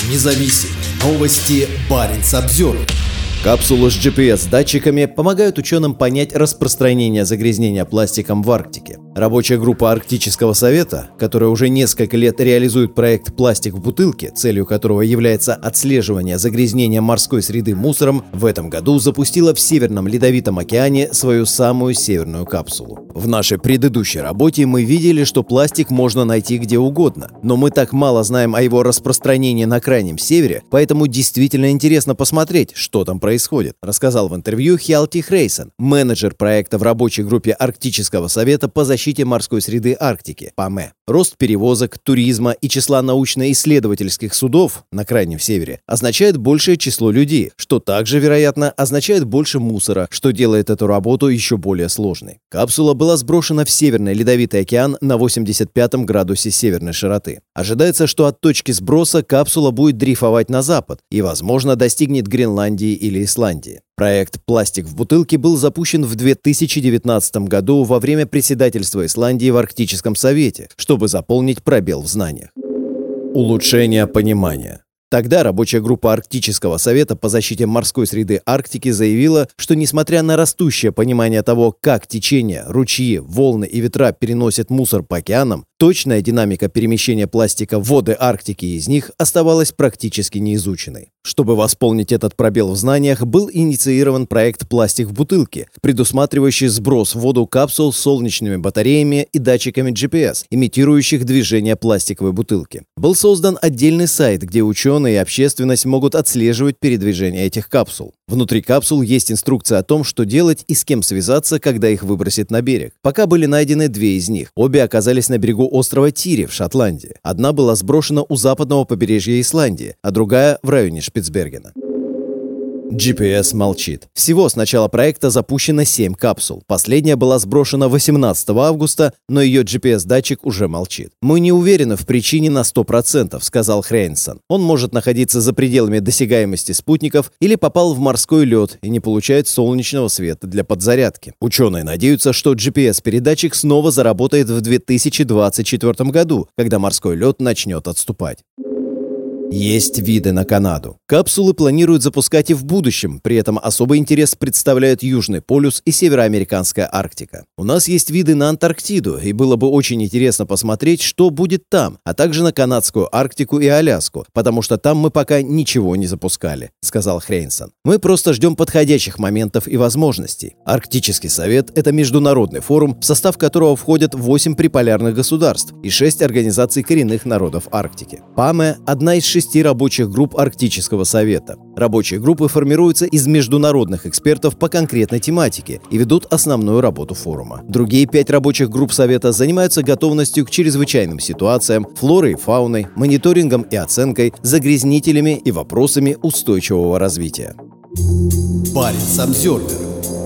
Независимые новости. Баренц-Обзервер. Капсулы с GPS-датчиками помогают ученым понять распространение загрязнения пластиком в Арктике. Рабочая группа Арктического совета, которая уже несколько лет реализует проект «Пластик в бутылке», целью которого является отслеживание загрязнения морской среды мусором, в этом году запустила в Северном Ледовитом океане свою самую северную капсулу. В нашей предыдущей работе мы видели, что пластик можно найти где угодно, но мы так мало знаем о его распространении на Крайнем Севере, поэтому действительно интересно посмотреть, что там происходит, рассказал в интервью Хьялти Хрейсон, менеджер проекта в рабочей группе Арктического совета по защите морской среды Арктики, ПАМЭ. Рост перевозок, туризма и числа научно-исследовательских судов на Крайнем Севере означает большее число людей, что также, вероятно, означает больше мусора, что делает эту работу еще более сложной. Капсула была сброшена в Северный Ледовитый океан на 85 градусе северной широты. Ожидается, что от точки сброса капсула будет дрейфовать на запад и, возможно, достигнет Гренландии или Исландии. Проект «Пластик в бутылке» был запущен в 2019 году во время председательства Исландии в Арктическом совете, чтобы заполнить пробел в знаниях. Улучшение понимания. Тогда рабочая группа Арктического совета по защите морской среды Арктики заявила, что несмотря на растущее понимание того, как течения, ручьи, волны и ветра переносят мусор по океанам, точная динамика перемещения пластика в воды Арктики из них оставалась практически неизученной. Чтобы восполнить этот пробел в знаниях, был инициирован проект «Пластик в бутылке», предусматривающий сброс в воду капсул с солнечными батареями и датчиками GPS, имитирующих движение пластиковой бутылки. Был создан отдельный сайт, где ученые и общественность могут отслеживать передвижение этих капсул. Внутри капсул есть инструкция о том, что делать и с кем связаться, когда их выбросит на берег. Пока были найдены две из них. Обе оказались на берегу острова Тири в Шотландии. Одна была сброшена у западного побережья Исландии, а другая в районе Шпицбергена. GPS молчит. Всего с начала проекта запущено 7 капсул. Последняя была сброшена 18 августа, но ее GPS-датчик уже молчит. «Мы не уверены в причине на 100%, сказал Хрейнсон. Он может находиться за пределами досягаемости спутников или попал в морской лед и не получает солнечного света для подзарядки. Ученые надеются, что GPS-передатчик снова заработает в 2024 году, когда морской лед начнет отступать. Есть виды на Канаду. Капсулы планируют запускать и в будущем, при этом особый интерес представляют Южный полюс и Североамериканская Арктика. У нас есть виды на Антарктиду, и было бы очень интересно посмотреть, что будет там, а также на Канадскую Арктику и Аляску, потому что там мы пока ничего не запускали, сказал Хрейнсон. Мы просто ждем подходящих моментов и возможностей. Арктический совет – это международный форум, в состав которого входят 8 приполярных государств и 6 организаций коренных народов Арктики. ПАМЭ – одна из 6 рабочих групп Арктического совета. Рабочие группы формируются из международных экспертов по конкретной тематике и ведут основную работу форума. Другие 5 рабочих групп совета занимаются готовностью к чрезвычайным ситуациям, флорой и фауной, мониторингом и оценкой, загрязнителями и вопросами устойчивого развития. Баренц-Обзервер.